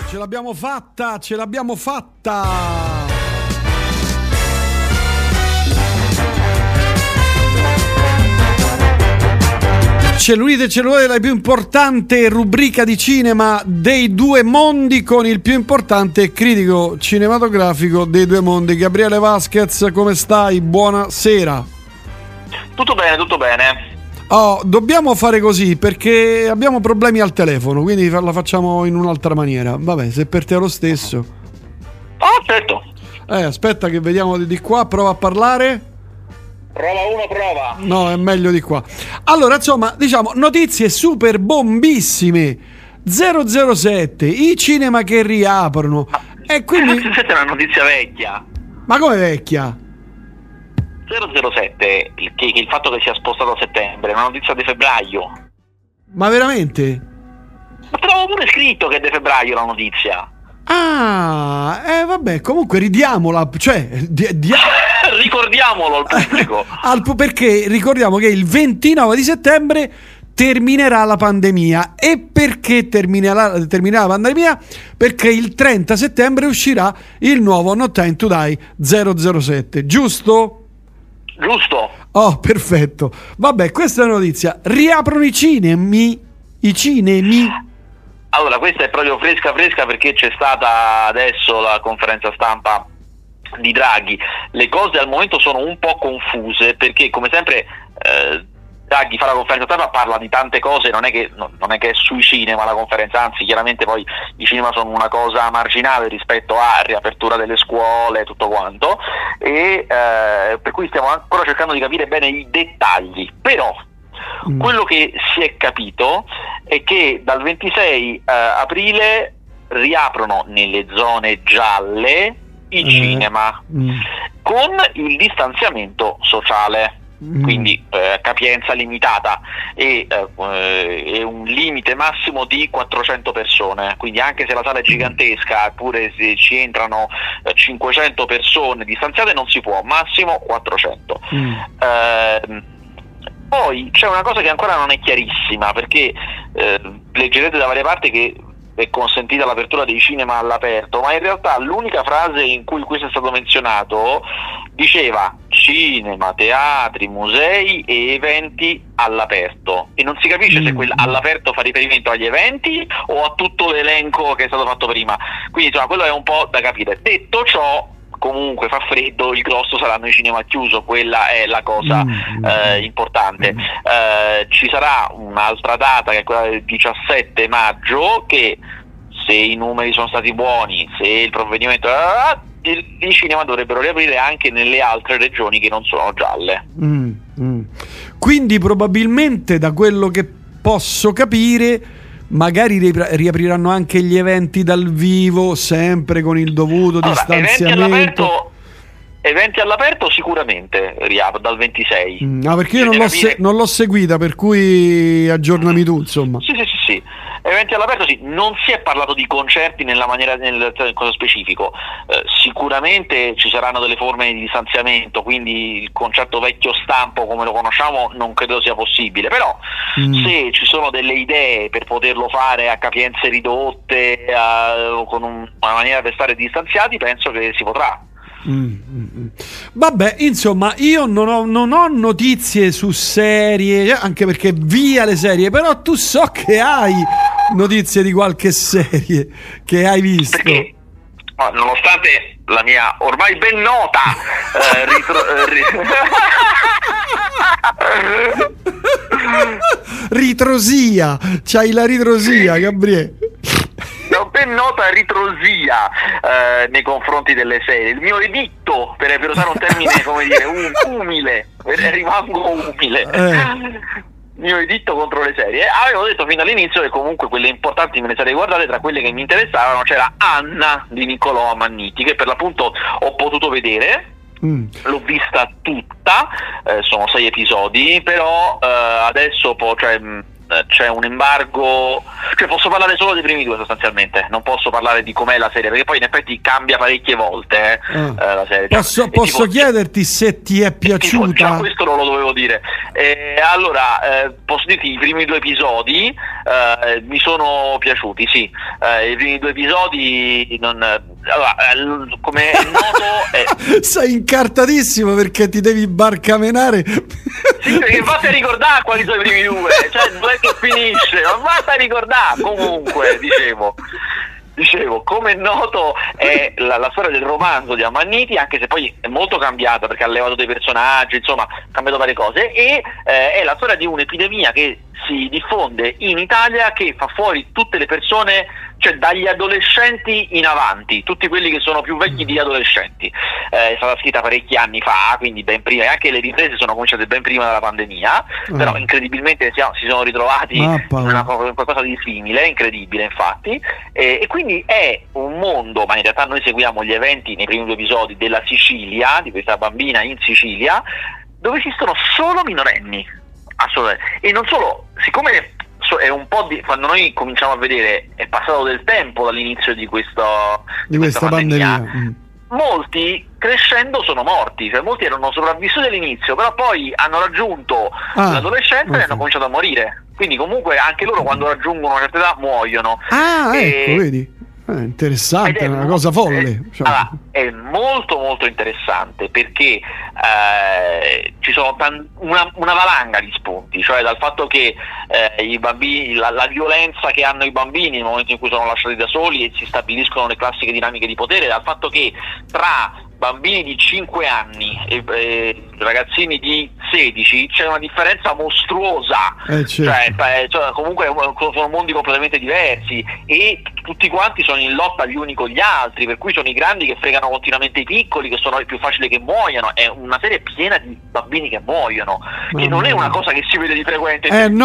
Ce l'abbiamo fatta, ce l'abbiamo fatta! Cellulite e cellulite, la più importante rubrica di cinema dei due mondi, con il più importante critico cinematografico dei due mondi. Gabriele Vasquez, come stai? Buonasera. Tutto bene, tutto bene. Oh, dobbiamo fare così perché abbiamo problemi al telefono, quindi la facciamo in un'altra maniera. Vabbè, se per te è lo stesso. Ah, certo. Aspetta che vediamo di qua, prova a parlare. Prova uno, prova. No, è meglio di qua. Allora, insomma, diciamo, notizie super bombissime. 007, i cinema che riaprono. E quindi... 007 è una notizia vecchia. Ma come vecchia? 007, il fatto che sia spostato a settembre, è una notizia di febbraio. Ma veramente? Ma te l'avevo pure scritto che è di febbraio la notizia. Ah, vabbè, comunque ridiamola, cioè... Ricordiamolo al pubblico. Perché ricordiamo che il 29 di settembre terminerà la pandemia. E perché terminerà la pandemia? Perché il 30 settembre uscirà il nuovo No Time to Die 007, giusto? Giusto. Oh, perfetto. Vabbè, questa è la notizia. Riaprono i cinemi. Allora, questa è proprio fresca perché c'è stata adesso la conferenza stampa di Draghi. Le cose al momento sono un po' confuse perché, come sempre, Draghi fa la conferenza stampa, parla di tante cose, non è che è sui cinema la conferenza, anzi chiaramente poi i cinema sono una cosa marginale rispetto a riapertura delle scuole e tutto quanto, e per cui stiamo ancora cercando di capire bene i dettagli. Però quello che si è capito è che dal 26 aprile riaprono nelle zone gialle i cinema con il distanziamento sociale, quindi capienza limitata e un limite massimo di 400 persone, quindi anche se la sala è gigantesca, eppure se ci entrano 500 persone distanziate non si può, massimo 400. Poi c'è una cosa che ancora non è chiarissima, perché leggerete da varie parti che è consentita l'apertura dei cinema all'aperto, ma in realtà l'unica frase in cui questo è stato menzionato diceva cinema, teatri, musei e eventi all'aperto, e non si capisce se quel all'aperto fa riferimento agli eventi o a tutto l'elenco che è stato fatto prima, quindi insomma quello è un po' da capire. Detto ciò, comunque fa freddo, il grosso saranno i cinema chiuso, quella è la cosa importante. Ci sarà un'altra data che è quella del 17 maggio che, se i numeri sono stati buoni, se il provvedimento i cinema dovrebbero riaprire anche nelle altre regioni che non sono gialle. Quindi probabilmente, da quello che posso capire, magari riapriranno anche gli eventi dal vivo, sempre con il dovuto distanziamento. Eventi all'aperto sicuramente riapro dal 26. Perché io non l'ho seguita, per cui aggiornami tu, insomma. Sì. Eventi all'aperto sì, non si è parlato di concerti nel cosa specifico. Sicuramente ci saranno delle forme di distanziamento, quindi il concerto vecchio stampo come lo conosciamo non credo sia possibile, però se ci sono delle idee per poterlo fare a capienze ridotte, con una maniera per stare distanziati, penso che si potrà. Vabbè, insomma, io non ho notizie su serie, anche perché via le serie, però tu so che hai notizie di qualche serie che hai visto. Perché, nonostante la mia ormai ben nota ritrosia, c'hai la ritrosia, Gabriele. Ben nota ritrosia nei confronti delle serie. Il mio editto, per usare un termine come dire umile, rimango umile, il mio editto contro le serie. Avevo detto fin dall'inizio che comunque quelle importanti me le sarei guardate. Tra quelle che mi interessavano c'era Anna di Niccolò Manniti, che per l'appunto ho potuto vedere. L'ho vista tutta, sono 6 episodi, però adesso c'è un embargo, cioè posso parlare solo dei primi due sostanzialmente, non posso parlare di com'è la serie, perché poi in effetti cambia parecchie volte la serie. Posso chiederti se ti è piaciuta? Questo non lo dovevo dire. Allora, posso dirti i primi due episodi mi sono piaciuti, sì. I primi due episodi allora, come è noto sei incartatissimo perché ti devi barcamenare. Sì, perché fate ricordare quali sono i primi due, cioè dove che finisce, ma basta ricordare. Comunque, dicevo, come è noto è la storia del romanzo di Ammanniti, anche se poi è molto cambiata perché ha levato dei personaggi, insomma, ha cambiato varie cose, e è la storia di un'epidemia che si diffonde in Italia, che fa fuori tutte le persone, cioè dagli adolescenti in avanti, tutti quelli che sono più vecchi di adolescenti. È stata scritta parecchi anni fa, quindi ben prima, e anche le riprese sono cominciate ben prima della pandemia, però incredibilmente si sono ritrovati in qualcosa di simile, incredibile infatti, e quindi è un mondo, ma in realtà noi seguiamo gli eventi nei primi due episodi della Sicilia, di questa bambina in Sicilia, dove esistono solo minorenni, assolutamente, e non solo, siccome è un po' quando noi cominciamo a vedere è passato del tempo dall'inizio di questa pandemia. Molti crescendo sono morti, cioè molti erano sopravvissuti all'inizio, però poi hanno raggiunto l'adolescenza e hanno cominciato a morire, quindi comunque anche loro quando raggiungono una certa età muoiono. Ecco, vedi? Interessante, è una cosa folle. Allora, è molto molto interessante perché ci sono una valanga di spunti, cioè dal fatto che i bambini, la violenza che hanno i bambini nel momento in cui sono lasciati da soli e si stabiliscono le classiche dinamiche di potere, dal fatto che tra bambini di 5 anni e ragazzini di 16 c'è una differenza mostruosa, certo. Cioè, comunque sono mondi completamente diversi e tutti quanti sono in lotta gli uni con gli altri, per cui sono i grandi che fregano continuamente i piccoli, che sono più facili che muoiano. È una serie piena di bambini che muoiono, che non è una cosa che si vede di frequente in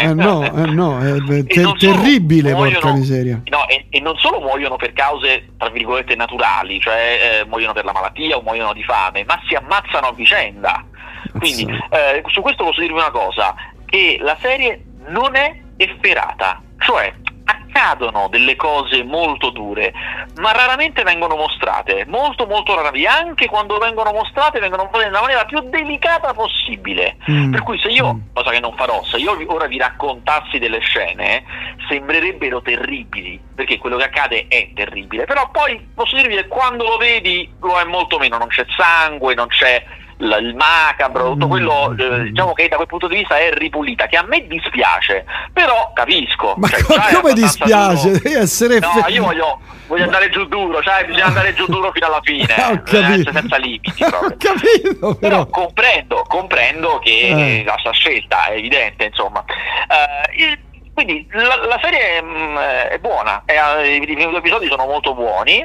è terribile, porca miseria. E non solo muoiono per cause tra virgolette naturali, cioè muoiono per la malattia o muoiono di fame, ma si ammazzano a vicenda. Quindi su questo posso dirvi una cosa, che la serie non è efferata, cioè accadono delle cose molto dure, ma raramente vengono mostrate, molto molto raramente, anche quando vengono mostrate nella maniera più delicata possibile. Per cui se io, cosa che non farò, se io ora vi raccontassi delle scene, sembrerebbero terribili, perché quello che accade è terribile, però poi posso dirvi che quando lo vedi lo è molto meno, non c'è sangue, non c'è il macabro, tutto quello, diciamo che da quel punto di vista è ripulita, che a me dispiace, però capisco. Ma come dispiace? Devi essere io voglio andare giù duro, cioè bisogna andare giù duro fino alla fine, senza limiti proprio. Ho capito, però comprendo che la sua scelta è evidente, insomma. Quindi la serie è buona, i primi due episodi sono molto buoni.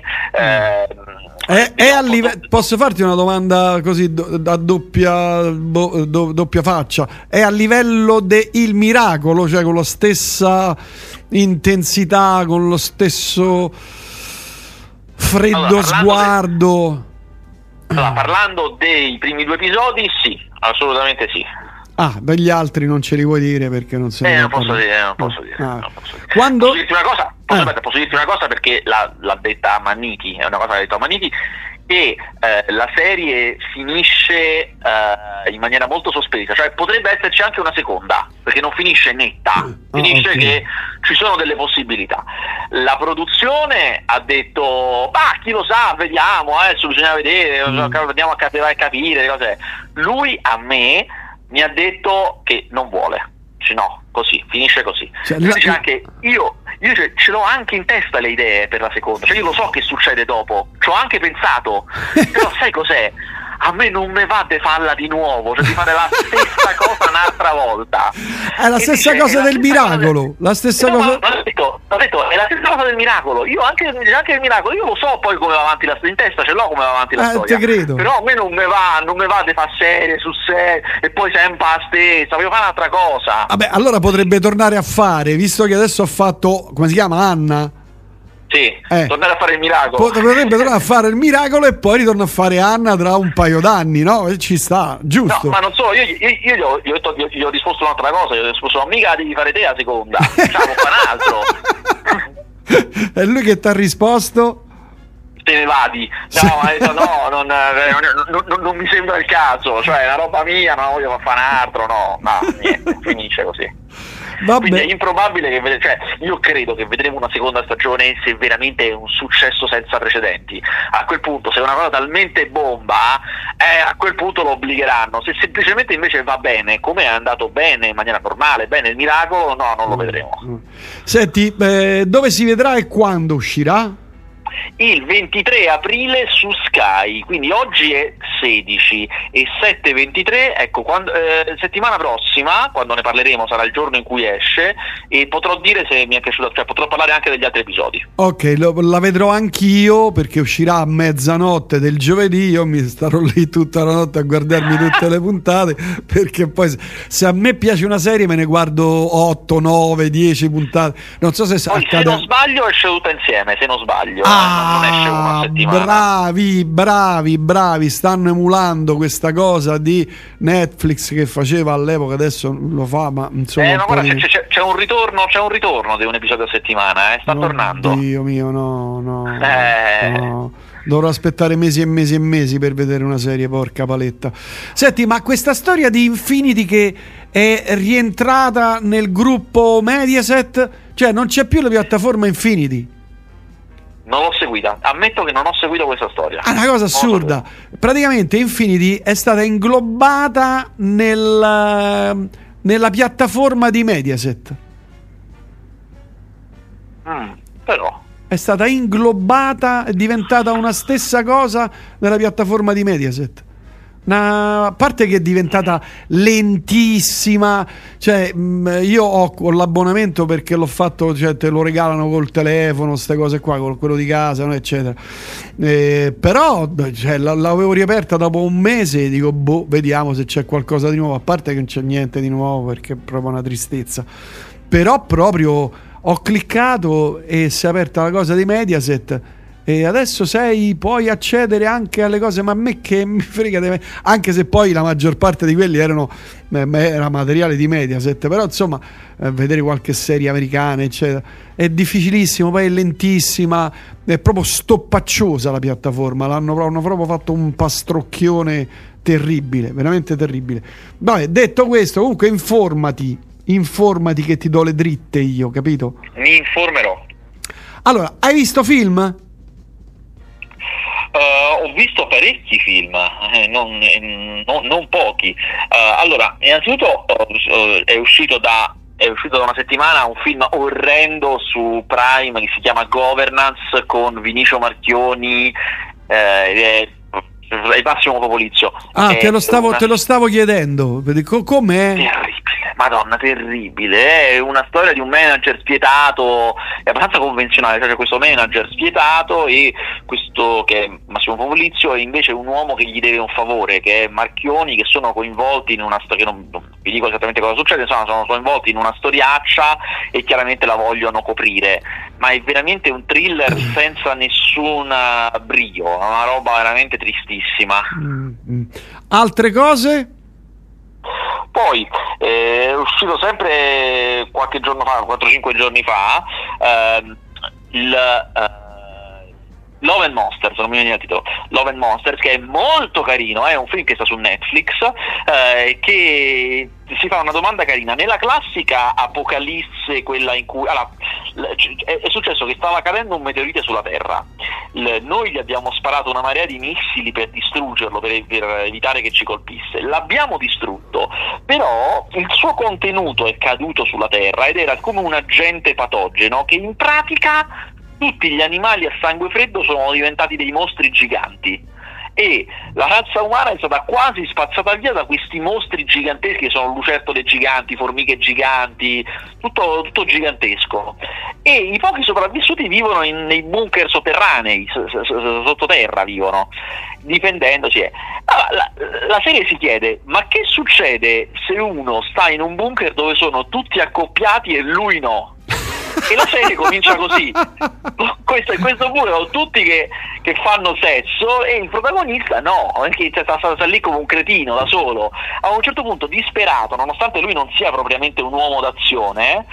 Posso farti una domanda così a doppia faccia? È a livello de Il Miracolo, cioè con la stessa intensità, con lo stesso freddo sguardo? Parlando dei primi due episodi, sì, assolutamente sì. Degli altri non ce li vuoi dire perché non se non posso dire. Quando... Posso dirti una cosa? Posso dirti una cosa perché l'ha detta Ammanniti, è una cosa che ha detto Ammanniti, che la serie finisce in maniera molto sospesa, cioè potrebbe esserci anche una seconda, perché non finisce netta, finisce che ci sono delle possibilità. La produzione ha detto, chi lo sa, vediamo, adesso bisogna vedere, andiamo a capire le cose. Lui a me mi ha detto che non vuole, no, così, finisce così. Dice anche, io ce l'ho anche in testa le idee per la seconda, cioè io lo so che succede dopo, ci ho anche pensato, però sai cos'è? A me non me va di farla di nuovo, cioè di fare la stessa cosa un'altra volta. È la stessa cosa del Miracolo, la stessa cosa. Ho detto, è la stessa cosa del Miracolo. Io anche il Miracolo, io lo so poi come va avanti in testa, ce l'ho come va avanti la storia. Te credo. Però a me non me va di fare serie su serie e poi sempre la stessa, voglio fare un'altra cosa. Vabbè, allora potrebbe tornare a fare, visto che adesso ha fatto, come si chiama, Anna? Sì, tornare a fare il miracolo. Potrebbe tornare a fare il miracolo e poi ritorna a fare Anna tra un paio d'anni, no? E ci sta, giusto? No, ma non solo, io gli ho risposto un'altra cosa, gli ho risposto, mica devi fare te la seconda, facciamo un altro. E lui che ti ha risposto? Te ne vadi. Non mi sembra il caso, cioè è una roba mia, non voglio fare un altro, no, niente, finisce così. Vabbè. Quindi è improbabile io credo che vedremo una seconda stagione se veramente è un successo senza precedenti. A quel punto, se è una cosa talmente bomba, a quel punto lo obbligheranno. Se semplicemente invece va bene, come è andato bene in maniera normale, bene il miracolo, no, non lo vedremo. Senti, dove si vedrà e quando uscirà? Il 23 aprile su Sky, quindi oggi è 16 e 7-23, ecco, settimana prossima, quando ne parleremo, sarà il giorno in cui esce e potrò dire se mi è piaciuto, cioè potrò parlare anche degli altri episodi. Ok, la vedrò anch'io perché uscirà a mezzanotte del giovedì, io mi starò lì tutta la notte a guardarmi tutte le puntate, perché poi se a me piace una serie me ne guardo 8, 9, 10 puntate, non so se poi se non sbaglio esce tutta insieme, se non sbaglio. Non esce una settimana. Bravi, stanno emulando questa cosa di Netflix che faceva all'epoca, adesso lo fa, ma insomma ma guarda, c'è un ritorno di un episodio a settimana, sta tornando. Dio mio, no. Dovrò aspettare mesi e mesi e mesi per vedere una serie, porca paletta. Senti, ma questa storia di Infinity che è rientrata nel gruppo Mediaset, cioè non c'è più la piattaforma Infinity? Non l'ho seguita, ammetto che non ho seguito questa storia. È una cosa assurda. Praticamente Infinity è stata inglobata nella piattaforma di Mediaset. Però è stata inglobata, è diventata una stessa cosa nella piattaforma di Mediaset. A parte che è diventata lentissima, cioè io ho l'abbonamento perché l'ho fatto, cioè te lo regalano col telefono, queste cose qua, con quello di casa, no, eccetera, però cioè, l'avevo riaperta dopo un mese e dico vediamo se c'è qualcosa di nuovo, a parte che non c'è niente di nuovo perché è proprio una tristezza, però proprio ho cliccato e si è aperta la cosa di Mediaset. E adesso puoi accedere anche alle cose, ma a me che mi frega di me, anche se poi la maggior parte di quelli era materiale di Mediaset, però insomma vedere qualche serie americana eccetera è difficilissimo, poi è lentissima, è proprio stoppacciosa la piattaforma, hanno proprio fatto un pastrocchione terribile, veramente terribile. Vabbè, detto questo, comunque informati che ti do le dritte io, capito? Mi informerò. Allora, hai visto film? Ho visto parecchi film, non pochi. Allora, innanzitutto è uscito da una settimana un film orrendo su Prime che si chiama Governance con Vinicio Marchioni e Massimo Popolizio. Te lo stavo chiedendo, com'è? Terribile, Madonna, terribile. È una storia di un manager spietato, è abbastanza convenzionale, cioè c'è questo manager spietato e questo che è Massimo Popolizio e invece un uomo che gli deve un favore, che è Marchioni, che sono coinvolti in una storia, non vi dico esattamente cosa succede, insomma sono coinvolti in una storiaccia e chiaramente la vogliono coprire, ma è veramente un thriller senza nessun brio, è una roba veramente tristissima. Altre cose? Poi è uscito sempre qualche giorno fa, 4-5 giorni fa, Love and Monsters, non mi viene il titolo, Love and Monsters, che è molto carino, è un film che sta su Netflix, che si fa una domanda carina. Nella classica apocalisse, quella in cui è successo che stava cadendo un meteorite sulla Terra, noi gli abbiamo sparato una marea di missili per distruggerlo, per evitare che ci colpisse, l'abbiamo distrutto, però il suo contenuto è caduto sulla Terra ed era come un agente patogeno che in pratica tutti gli animali a sangue freddo sono diventati dei mostri giganti e la razza umana è stata quasi spazzata via da questi mostri giganteschi che sono lucertole giganti, formiche giganti, tutto gigantesco, e i pochi sopravvissuti vivono nei bunker sotterranei, sottoterra vivono, difendendosi. La serie si chiede: ma che succede se uno sta in un bunker dove sono tutti accoppiati e lui no? E la serie comincia così. Questo pure, tutti che fanno sesso e il protagonista no, perché sta lì come un cretino da solo. A un certo punto, disperato, nonostante lui non sia propriamente un uomo d'azione,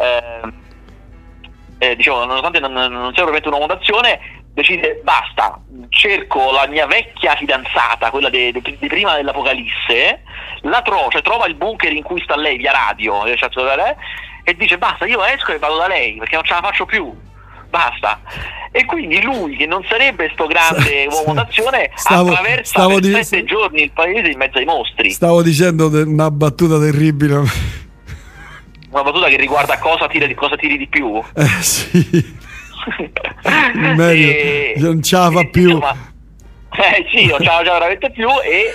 diciamo, nonostante non sia propriamente un uomo d'azione, decide basta, cerco la mia vecchia fidanzata, quella di prima dell'Apocalisse, trova il bunker in cui sta lei via radio, e dice basta, io esco e vado da lei perché non ce la faccio più, basta. E quindi lui, che non sarebbe sto grande uomo d'azione, attraversa per 7 giorni il paese in mezzo ai mostri. Stavo dicendo una battuta terribile. Una battuta che riguarda cosa tiri di più. Sì. Meglio, non ce la fa più. Insomma, sì, non ce la fa veramente più e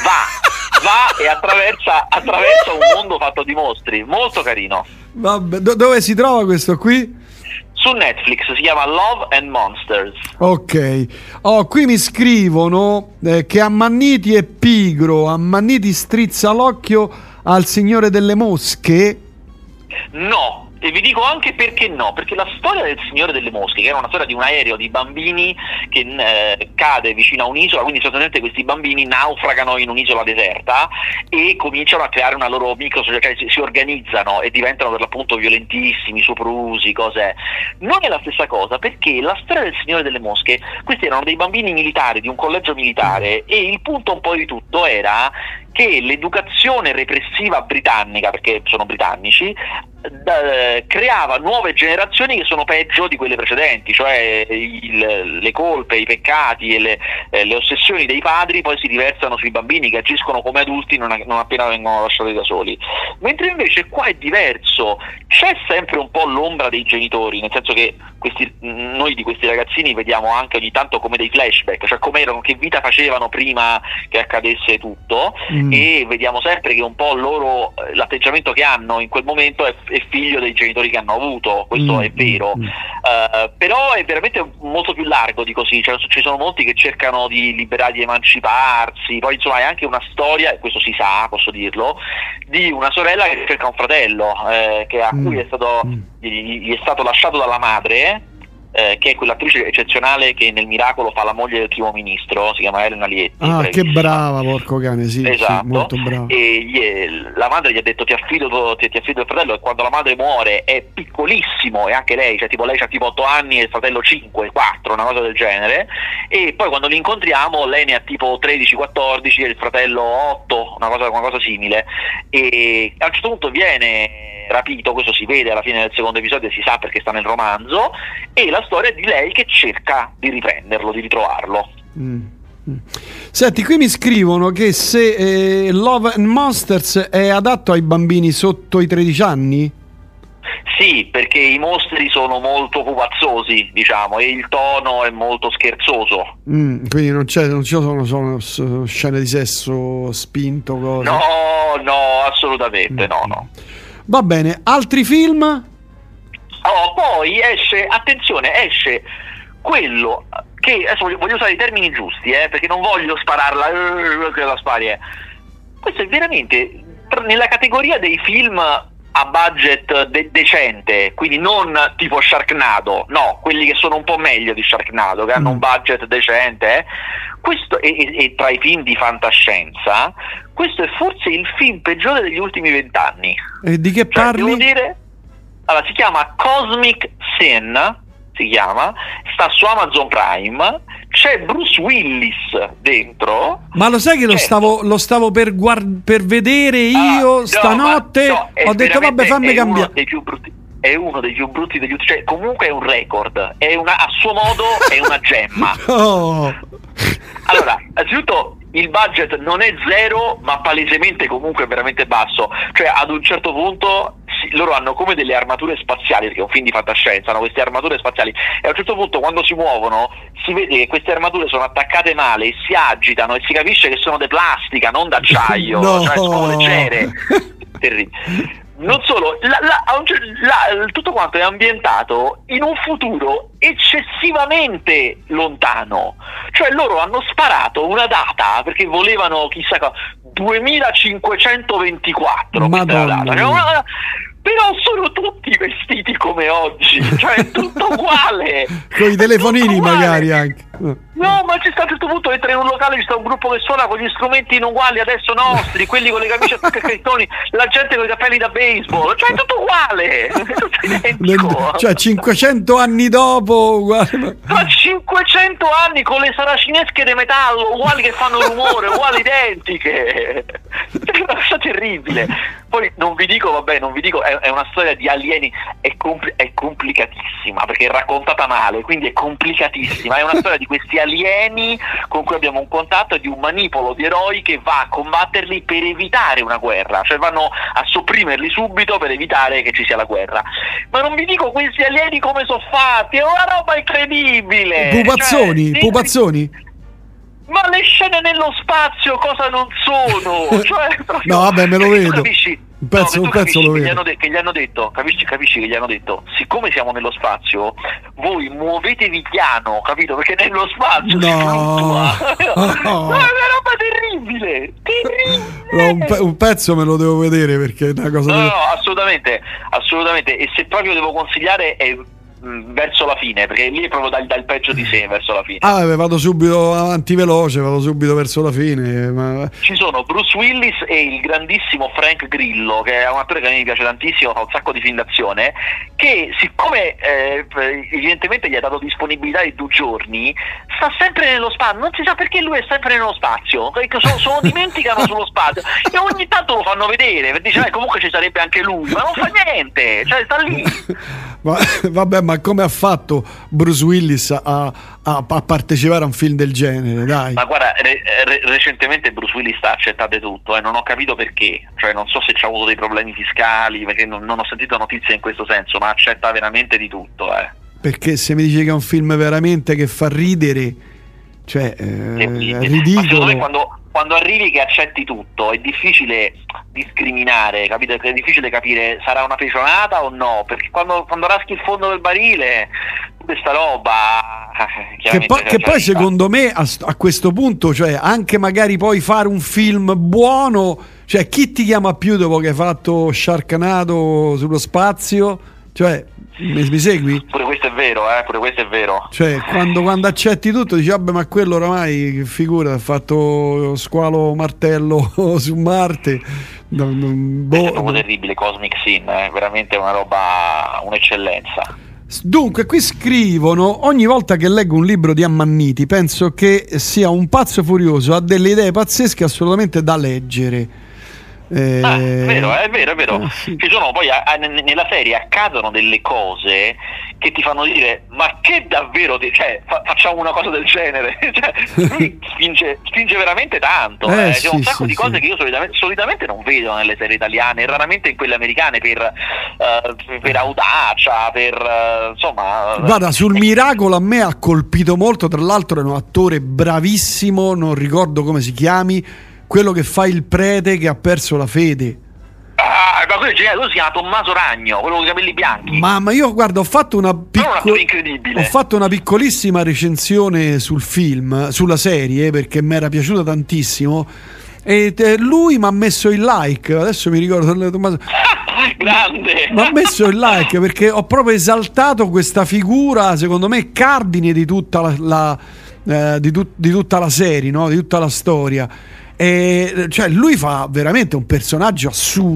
va e attraversa un mondo fatto di mostri, molto carino. Vabbè, dove si trova questo qui? Su Netflix, si chiama Love and Monsters. Ok. Qui mi scrivono che Ammanniti è pigro, Ammanniti strizza l'occhio al Signore delle Mosche. No, e vi dico anche perché no, perché la storia del Signore delle Mosche, che era una storia di un aereo di bambini che cade vicino a un'isola, quindi sostanzialmente questi bambini naufragano in un'isola deserta e cominciano a creare una loro microsocietà, cioè si organizzano e diventano per l'appunto violentissimi, soprusi, cose. Non è la stessa cosa, perché la storia del Signore delle Mosche, questi erano dei bambini militari di un collegio militare e il punto un po' di tutto era che l'educazione repressiva britannica, perché sono britannici, creava nuove generazioni che sono peggio di quelle precedenti, cioè le colpe, i peccati e le ossessioni dei padri poi si riversano sui bambini che agiscono come adulti non appena vengono lasciati da soli. Mentre invece qua è diverso, c'è sempre un po' l'ombra dei genitori, nel senso che noi di questi ragazzini vediamo anche ogni tanto come dei flashback, cioè come erano, che vita facevano prima che accadesse tutto, e vediamo sempre che un po' loro, l'atteggiamento che hanno in quel momento è figlio dei genitori che hanno avuto, questo è vero, però è veramente molto più largo di così, cioè, ci sono molti che cercano di liberare, di emanciparsi, poi insomma è anche una storia, e questo si sa, posso dirlo, di una sorella che cerca un fratello a cui gli è stato lasciato dalla madre, che è quell'attrice eccezionale che nel Miracolo fa la moglie del primo ministro, si chiama Elena Lietti. Che brava, porco cane, sì, esatto. Sì, molto brava. E la madre gli ha detto ti affido il fratello, e quando la madre muore è piccolissimo, e anche lei, cioè tipo lei ha tipo 8 anni e il fratello 5, 4, una cosa del genere, e poi quando li incontriamo lei ne ha tipo 13-14 e il fratello 8, una cosa simile, e a un certo punto viene rapito, questo si vede alla fine del secondo episodio, si sa perché sta nel romanzo, e la storia è di lei che cerca di riprenderlo, di ritrovarlo. Senti, qui mi scrivono che se Love and Monsters è adatto ai bambini sotto i 13 anni? Sì, perché i mostri sono molto pupazzosi, diciamo, e il tono è molto scherzoso. Quindi non ci sono scene di sesso spinto, cose. No, assolutamente no. Va bene, altri film? Poi esce quello che adesso voglio usare i termini giusti, perché non voglio spararla che la spari. Questo è veramente nella categoria dei film a budget decente, quindi non tipo Sharknado, no, quelli che sono un po' meglio di Sharknado, che hanno un budget decente. Questo è tra i film di fantascienza, questo è forse il film peggiore degli ultimi 20 anni. E di che parli? Devo dire, allora, si chiama Cosmic Sin, sta su Amazon Prime, c'è Bruce Willis dentro. Ma lo sai che lo stavo per vedere io stanotte? Ho detto vabbè, fammi cambiare. È uno dei più brutti degli ultimi, cioè comunque è un record, a suo modo è una gemma. Allora, anzitutto il budget non è zero, ma palesemente comunque veramente basso, cioè ad un certo punto loro hanno come delle armature spaziali, perché è un film di fantascienza, hanno queste armature spaziali, e a un certo punto quando si muovono si vede che queste armature sono attaccate male e si agitano e si capisce che sono di plastica, non d'acciaio, cioè sono leggere. Terribile. Non solo, tutto quanto è ambientato in un futuro eccessivamente lontano, cioè loro hanno sparato una data perché volevano chissà cosa, 2524, Madonna. Però sono tutti vestiti come oggi, cioè è tutto uguale. Con i telefonini magari anche. No, ma c'è stato a un certo punto entra in un locale, ci sta un gruppo che suona con gli strumenti in uguali adesso nostri, quelli con le camicie a staccacartoni, la gente con i capelli da baseball, cioè è tutto uguale, è tutto identico. Cioè 500 anni dopo, uguale. Ma 500 anni con le saracinesche di metallo, uguali che fanno rumore, uguali identiche. È una cosa terribile. Poi non vi dico, è una storia di alieni, è complicatissima, perché è raccontata male, quindi è complicatissima. È una storia di questi alieni con cui abbiamo un contatto e di un manipolo di eroi che va a combatterli per evitare una guerra, cioè vanno a sopprimerli subito per evitare che ci sia la guerra. Ma non vi dico questi alieni come sono fatti, è una roba incredibile. Pupazzoni, cioè, pupazzoni. Ma le scene nello spazio cosa non sono? Cioè, no, vabbè, me lo vedo. Capisci? Un pezzo lo vedo. Che gli hanno detto, capisci che gli hanno detto, siccome siamo nello spazio, voi muovetevi piano, capito? Perché nello spazio si fluttua. No, è una roba terribile. No, un pezzo me lo devo vedere perché è una cosa. No, assolutamente. E se proprio devo consigliare è verso la fine, perché lì è proprio dal peggio di sé verso la fine. Vado subito avanti veloce, vado subito verso la fine. Ma... Ci sono Bruce Willis e il grandissimo Frank Grillo, che è un attore che a me mi piace tantissimo, fa un sacco di film d'azione, che siccome evidentemente gli ha dato disponibilità di 2 giorni, sta sempre nello spazio, non si sa perché lui è sempre nello spazio, sono dimenticano sullo spazio e ogni tanto lo fanno vedere, per dire comunque ci sarebbe anche lui, ma non fa niente, cioè sta lì. Vabbè, ma come ha fatto Bruce Willis a partecipare a un film del genere, dai? Ma guarda, recentemente Bruce Willis ha accettato tutto, non ho capito perché, cioè non so se c'ha avuto dei problemi fiscali, perché non ho sentito notizie in questo senso, ma accetta veramente di tutto, Perché se mi dici che è un film veramente che fa ridere, cioè è ridicolo. Ma secondo me quando arrivi che accetti tutto è difficile discriminare, capito? È difficile capire sarà una pecionata o no, perché quando raschi il fondo del barile questa roba che poi secondo me a questo punto, cioè anche magari poi fare un film buono, cioè chi ti chiama più dopo che hai fatto Sharknado sullo spazio, cioè mi segui? Pure questo è vero. Cioè quando accetti tutto dici vabbè, ma quello oramai figura ha fatto squalo martello su Marte. È proprio terribile Cosmic Sin, veramente una roba, un'eccellenza. Dunque qui scrivono: ogni volta che leggo un libro di Ammanniti penso che sia un pazzo furioso, ha delle idee pazzesche assolutamente da leggere. È vero. Sì. Ci sono poi nella serie accadono delle cose che ti fanno dire ma che davvero facciamo una cosa del genere. Cioè, lui spinge veramente tanto. C'è un sacco di cose che io solitamente non vedo nelle serie italiane e raramente in quelle americane per audacia, insomma. Guarda, sul Miracolo a me ha colpito molto, tra l'altro è un attore bravissimo, non ricordo come si chiami, quello che fa il prete che ha perso la fede. Ma quello è geniale, lui si chiama Tommaso Ragno, quello con i capelli bianchi. Ma io guarda, ho fatto incredibile. Ho fatto una piccolissima recensione sul film, sulla serie, perché mi era piaciuta tantissimo. E lui mi ha messo il like. Adesso mi ricordo Tommaso. Grande! Mi ha messo il like perché ho proprio esaltato questa figura, secondo me, cardine di tutta di tutta la serie, no? Di tutta la storia. E, cioè lui fa veramente un personaggio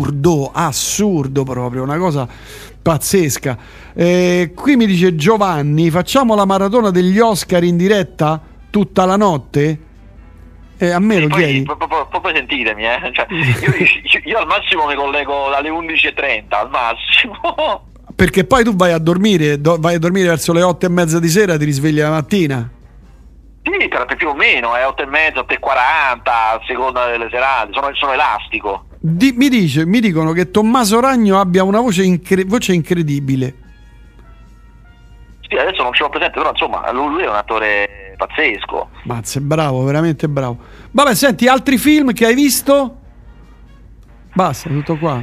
assurdo proprio, una cosa pazzesca. Qui mi dice Giovanni: facciamo la maratona degli Oscar in diretta tutta la notte? A me lo chiedi? Poi sentitemi, cioè, io al massimo mi collego dalle 11:30 al massimo. Perché poi tu vai a dormire verso le 8:30 di sera, ti risvegli la mattina. Sì, più o meno, 8:30, 8:40, a seconda delle serate, sono elastico. Mi dicono che Tommaso Ragno abbia una voce incredibile. Sì, adesso non ce l'ho presente, però insomma, lui è un attore pazzesco. Mazza, è bravo, veramente bravo. Vabbè, senti, altri film che hai visto? Basta, tutto qua.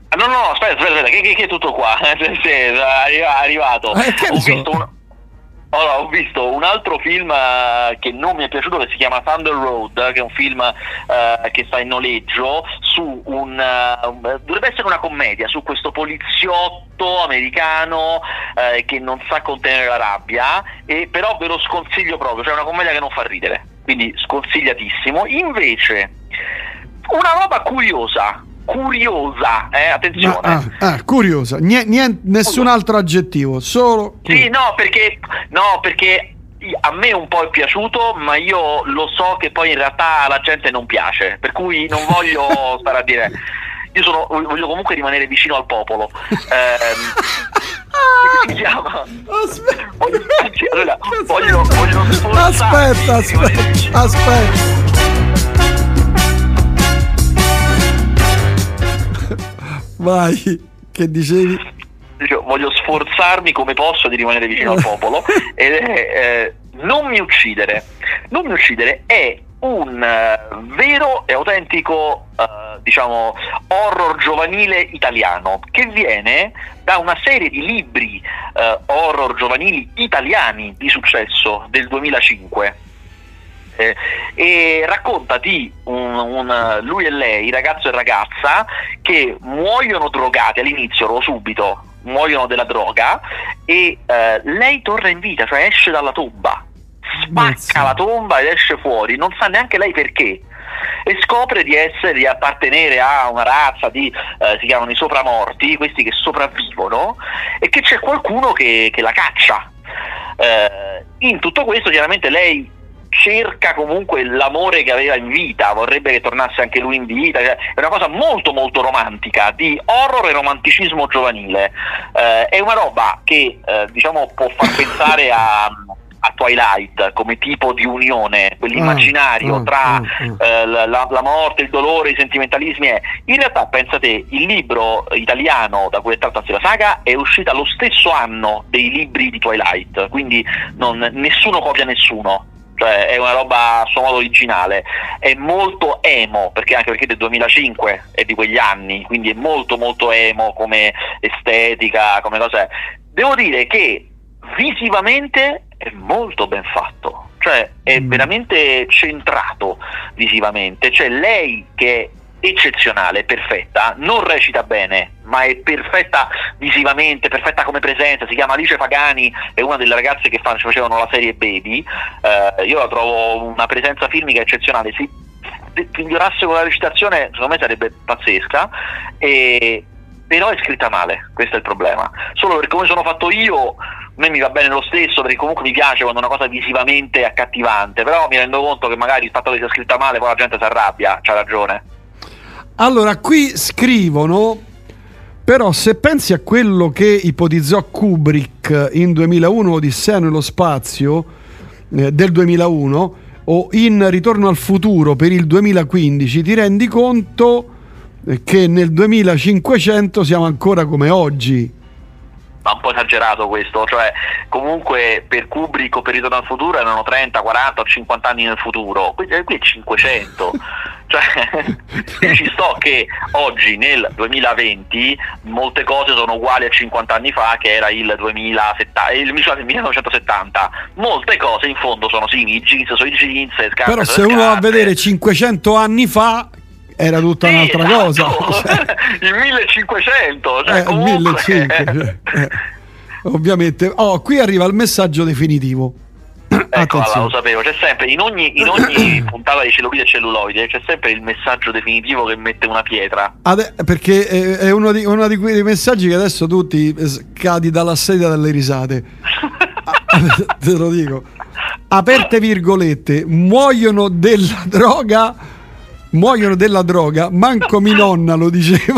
No, aspetta, che è tutto qua? È arrivato. Che Ho visto Allora, ho visto un altro film che non mi è piaciuto, che si chiama Thunder Road, che è un film che sta in noleggio su dovrebbe essere una commedia su questo poliziotto americano che non sa contenere la rabbia, però ve lo sconsiglio proprio, cioè è una commedia che non fa ridere, quindi sconsigliatissimo. Invece una roba curiosa, attenzione. Curiosa, nessun altro aggettivo, solo sì, no, perché a me un po' è piaciuto, ma io lo so che poi in realtà alla gente non piace, per cui non voglio stare a dire. Voglio comunque rimanere vicino al popolo. Si chiama? Aspetta. Vai, che dicevi? Voglio sforzarmi come posso di rimanere vicino al popolo ed è Non mi uccidere. Non mi uccidere è un vero e autentico diciamo horror giovanile italiano che viene da una serie di libri horror giovanili italiani di successo del 2005. E racconta di lui e lei, ragazzo e ragazza, che muoiono drogati all'inizio, o subito muoiono della droga, e lei torna in vita, cioè esce dalla tomba, spacca la tomba ed esce fuori, non sa neanche lei perché, e scopre di appartenere a una razza di si chiamano i sopramorti, questi che sopravvivono, e che c'è qualcuno che la caccia. In tutto questo chiaramente lei cerca comunque l'amore che aveva in vita, vorrebbe che tornasse anche lui in vita, è una cosa molto molto romantica, di horror e romanticismo giovanile. È una roba che diciamo può far pensare a Twilight come tipo di unione, quell'immaginario tra la morte, il dolore, i sentimentalismi. In realtà, pensate, il libro italiano da cui è tratta la saga è uscita lo stesso anno dei libri di Twilight, quindi nessuno copia nessuno. Cioè è una roba a suo modo originale, è molto emo, anche perché del 2005 è di quegli anni, quindi è molto molto emo come estetica, come cose. Devo dire che visivamente è molto ben fatto, cioè è veramente centrato visivamente, cioè lei che è eccezionale, perfetta, non recita bene, ma è perfetta visivamente, perfetta come presenza. Si chiama Alice Pagani, è una delle ragazze che facevano la serie Baby. Io la trovo una presenza filmica eccezionale. Se migliorasse con la recitazione, secondo me sarebbe pazzesca, però è scritta male, questo è il problema. Solo perché come sono fatto io, a me mi va bene lo stesso, perché comunque mi piace quando una cosa visivamente è accattivante, però mi rendo conto che magari il fatto che sia scritta male poi la gente si arrabbia, c'ha ragione. Allora, qui scrivono, però se pensi a quello che ipotizzò Kubrick in 2001, Odissea nello spazio del 2001, o in Ritorno al futuro per il 2015, ti rendi conto che nel 2500 siamo ancora come oggi. Ma un po' esagerato questo, cioè comunque per Kubrick o per Ritorno al futuro erano 30, 40 o 50 anni nel futuro, qui è 500. Cioè io ci sto che oggi nel 2020 molte cose sono uguali a 50 anni fa, che era il 1970. Molte cose in fondo sono i jeans, scarpe. Però se uno va a vedere 500 anni fa era tutta un'altra cosa. Il 1500, cioè comunque... 1500, ovviamente. Qui arriva il messaggio definitivo. Eccola, lo sapevo, c'è sempre in ogni puntata di Cellulite e Celluloide c'è sempre il messaggio definitivo che mette una pietra. Perché è uno di quei messaggi che adesso tu ti cadi dalla sedia dalle risate. Te lo dico. Aperte virgolette, muoiono della droga, manco mi nonna lo diceva.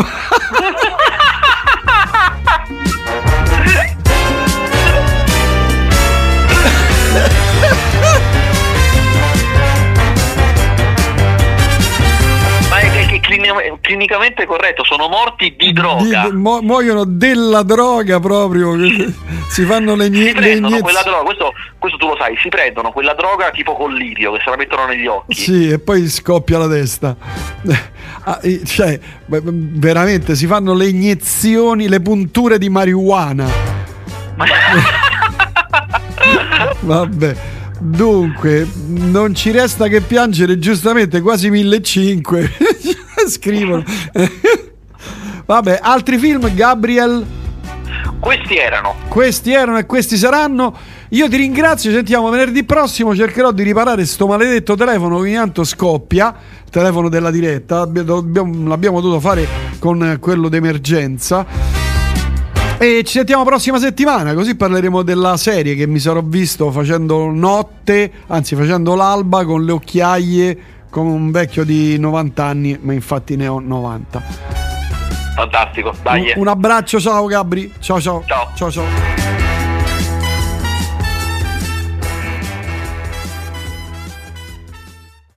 Clinicamente corretto, sono morti di droga. Muoiono della droga proprio. Si fanno le iniezioni. Quella droga, questo tu lo sai, si prendono quella droga tipo collirio che se la mettono negli occhi. Sì, e poi scoppia la testa. Cioè, veramente si fanno le iniezioni, le punture di marijuana. Vabbè, dunque, non ci resta che piangere, giustamente, quasi 1500 scrivono. Vabbè, altri film, Gabriel? Questi erano E questi saranno. Io ti ringrazio, ci sentiamo venerdì prossimo. Cercherò di riparare sto maledetto telefono che ogni tanto scoppia, il telefono della diretta. L'abbiamo dovuto fare con quello d'emergenza. E ci sentiamo prossima settimana, così parleremo della serie che mi sarò visto facendo notte, anzi facendo l'alba con le occhiaie, come un vecchio di 90 anni, ma infatti ne ho 90. Fantastico, dai. Un abbraccio, ciao Gabri. Ciao. Ciao.